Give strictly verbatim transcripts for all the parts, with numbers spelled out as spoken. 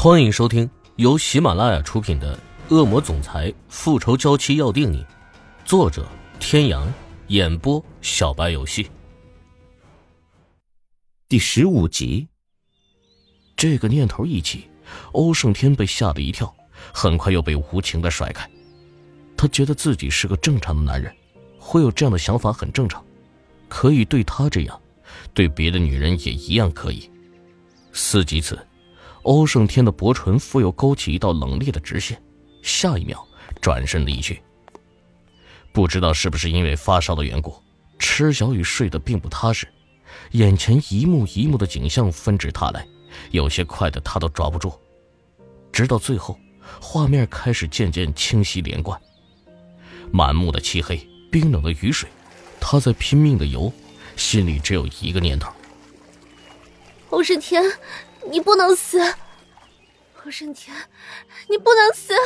欢迎收听由喜马拉雅出品的《恶魔总裁复仇娇妻要定你》，作者天阳，演播小白游戏。第十五集。这个念头一起，欧胜天被吓了一跳，很快又被无情地甩开。他觉得自己是个正常的男人，会有这样的想法很正常，可以对他这样，对别的女人也一样可以。思及此，欧胜天的薄唇复又勾起一道冷冽的直线，下一秒转身离去。不知道是不是因为发烧的缘故，池小雨睡得并不踏实，眼前一幕一幕的景象纷至沓来，有些快的他都抓不住。直到最后，画面开始渐渐清晰连贯，满目的漆黑，冰冷的雨水，他在拼命的游，心里只有一个念头： 欧胜天，你不能死！欧胜天，你不能死！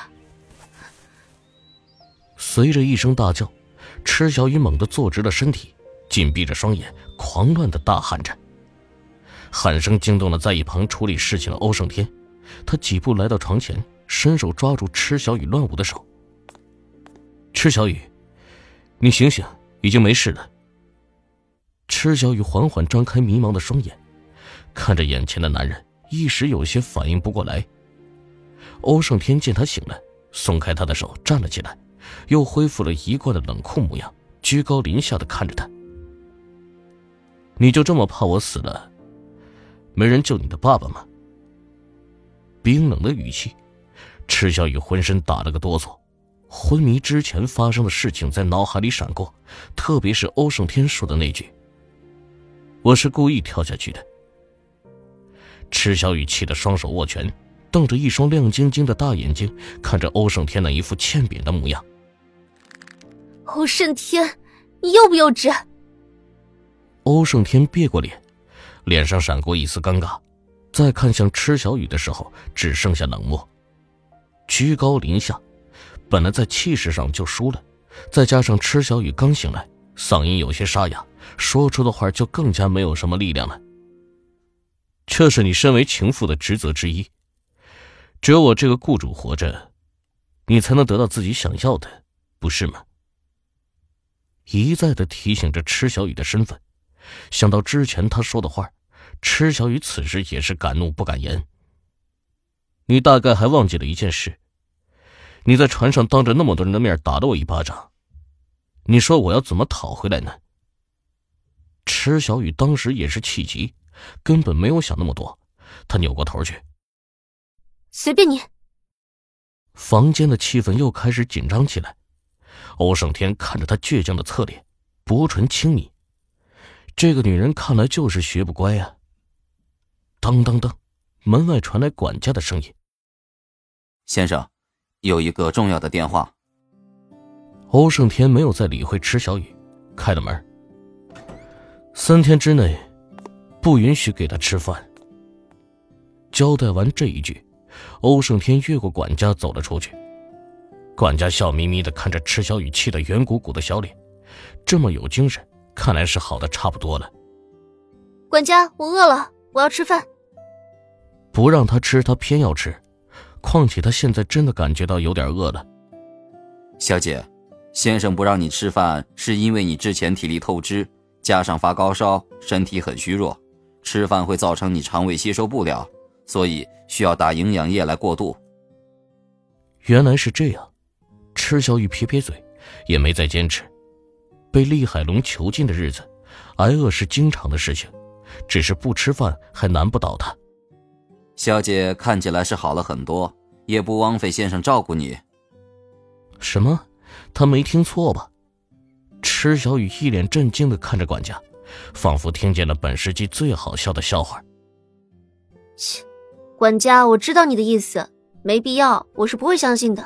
随着一声大叫，池小雨猛地坐直了身体，紧闭着双眼，狂乱地大喊着。喊声惊动了在一旁处理事情的欧胜天，他几步来到床前，伸手抓住池小雨乱舞的手。池小雨，你醒醒，已经没事了。池小雨缓缓张开迷茫的双眼，看着眼前的男人，一时有些反应不过来。欧胜天见他醒了，松开他的手，站了起来，又恢复了一贯的冷酷模样，居高临下的看着他。你就这么怕我死了，没人救你的爸爸吗？冰冷的语气，池小雨浑身打了个哆嗦，昏迷之前发生的事情在脑海里闪过，特别是欧胜天说的那句：我是故意跳下去的。池小雨气得双手握拳，瞪着一双亮晶晶的大眼睛看着欧胜天那一副欠扁的模样。 欧胜天，你幼不幼稚？ 欧胜天别过脸，脸上闪过一丝尴尬，再看向池小雨的时候只剩下冷漠。居高临下，本来在气势上就输了，再加上池小雨刚醒来，嗓音有些沙哑，说出的话就更加没有什么力量了。这是你身为情妇的职责之一，只有我这个雇主活着，你才能得到自己想要的，不是吗？一再的提醒着池小雨的身份，想到之前他说的话，池小雨此时也是敢怒不敢言。你大概还忘记了一件事，你在船上当着那么多人的面打了我一巴掌，你说我要怎么讨回来呢？池小雨当时也是气急，根本没有想那么多，他扭过头去。 随便你。 房间的气氛又开始紧张起来，欧胜天看着他倔强的侧脸，薄唇轻抿，这个女人看来就是学不乖啊。当当当，门外传来管家的声音： 先生，有一个重要的电话。 欧胜天没有再理会池小雨，开了门。三天之内不允许给他吃饭。交代完这一句，欧胜天越过管家走了出去。管家笑眯眯地看着池小雨气得圆鼓鼓的小脸，这么有精神，看来是好的差不多了。 管家，我饿了，我要吃饭。 不让他吃，他偏要吃，况且他现在真的感觉到有点饿了。 小姐，先生不让你吃饭是因为你之前体力透支，加上发高烧，身体很虚弱，吃饭会造成你肠胃吸收不了，所以需要打营养液来过渡。 原来是这样，池小雨撇撇嘴，也没再坚持。被厉海龙囚禁的日子，挨饿是经常的事情，只是不吃饭还难不倒他。 小姐看起来是好了很多，也不枉费先生照顾你。 什么？他没听错吧？池小雨一脸震惊地看着管家，仿佛听见了本世纪最好笑的笑话。 切，管家，我知道你的意思，没必要，我是不会相信的。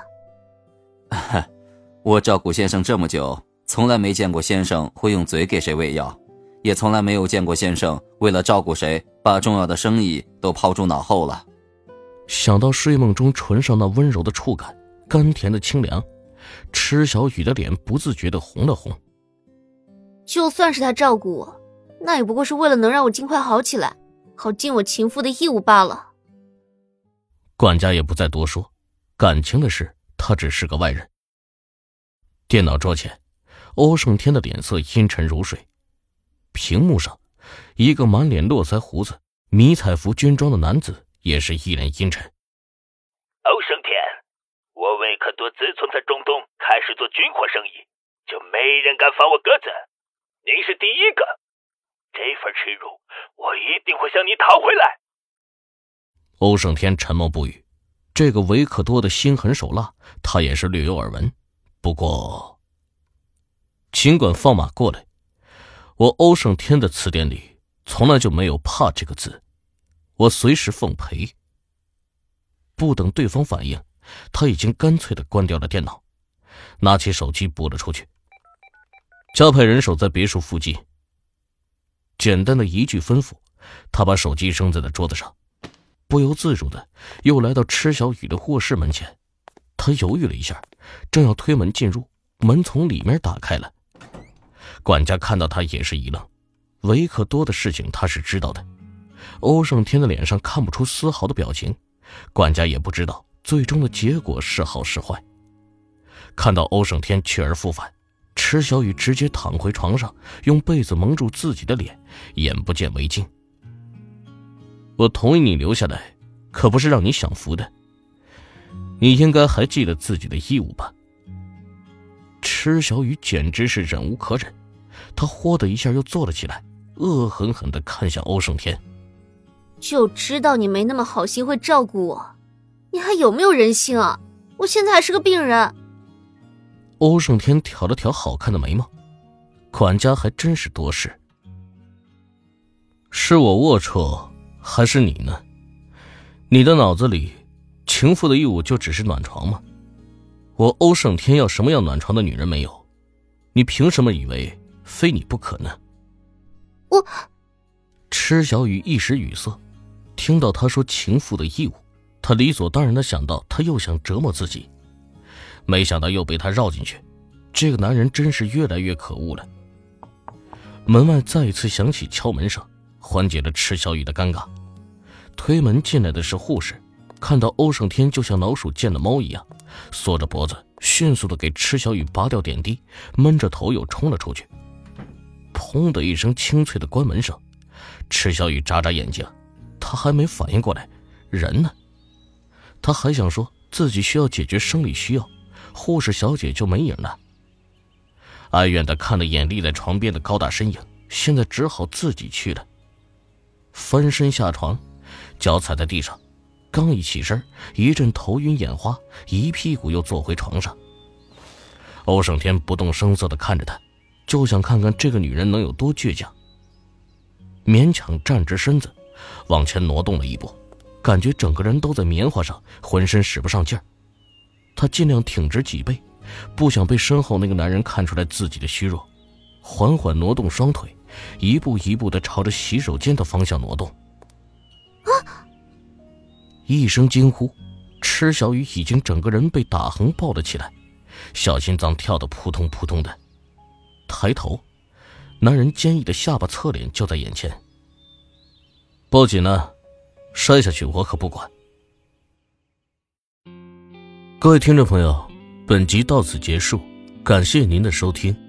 我照顾先生这么久，从来没见过先生会用嘴给谁喂药，也从来没有见过先生为了照顾谁把重要的生意都抛诸脑后了。 想到睡梦中唇上那温柔的触感，甘甜的清凉，池小雨的脸不自觉地红了红。 就算是他照顾我，那也不过是为了能让我尽快好起来，好尽我情妇的义务罢了。 管家也不再多说，感情的事他只是个外人。电脑桌前，欧胜天的脸色阴沉如水，屏幕上一个满脸络腮胡子、迷彩服军装的男子也是一脸阴沉。 欧胜天，我维克多自从在中东开始做军火生意，就没人敢放我鸽子，您是第一个，这份耻辱我一定会向你讨回来。 欧胜天沉默不语，这个维克多的心狠手辣他也是略有耳闻，不过尽管放马过来，我欧胜天的词典里从来就没有怕这个字，我随时奉陪。不等对方反应，他已经干脆地关掉了电脑，拿起手机拨了出去。加派人手在别墅附近，简单的一句吩咐，他把手机扔在了桌子上，不由自主的又来到池小雨的卧室门前。他犹豫了一下，正要推门进入，门从里面打开了。管家看到他也是一愣，维克多的事情他是知道的。欧胜天的脸上看不出丝毫的表情，管家也不知道最终的结果是好是坏。看到欧胜天去而复返，池小雨直接躺回床上，用被子蒙住自己的脸，眼不见为净。我同意你留下来，可不是让你享福的。你应该还记得自己的义务吧？池小雨简直是忍无可忍，他豁的一下又坐了起来，恶狠狠地看向欧胜天。 就知道你没那么好心会照顾我，你还有没有人性啊？我现在还是个病人。 欧胜天挑了挑好看的眉毛，管家还真是多事。是我龌龊，还是你呢？你的脑子里，情妇的义务就只是暖床吗？我欧胜天要什么样暖床的女人没有？你凭什么以为非你不可呢？ 我…… 池小雨一时语塞，听到他说情妇的义务，他理所当然地想到他又想折磨自己，没想到又被他绕进去，这个男人真是越来越可恶了。门外再一次响起敲门声，缓解了池小雨的尴尬。推门进来的是护士，看到欧胜天就像老鼠见了猫一样，缩着脖子迅速地给池小雨拔掉点滴，闷着头又冲了出去。砰的一声清脆的关门声，池小雨眨眨眼睛，他还没反应过来，人呢？他还想说自己需要解决生理需要，护士小姐就没影了。哀怨地看了眼立在床边的高大身影，现在只好自己去了。翻身下床，脚踩在地上，刚一起身，一阵头晕眼花，一屁股又坐回床上。欧胜天不动声色地看着他，就想看看这个女人能有多倔强。勉强站直身子，往前挪动了一步，感觉整个人都在棉花上，浑身使不上劲儿。他尽量挺直脊背，不想被身后那个男人看出来自己的虚弱，缓缓挪动双腿，一步一步地朝着洗手间的方向挪动。 啊！ 一声惊呼，池小雨已经整个人被打横抱了起来，小心脏跳得扑通扑通的。抬头，男人坚毅的下巴侧脸就在眼前。报警呢，摔下去我可不管。各位听众朋友，本集到此结束，感谢您的收听。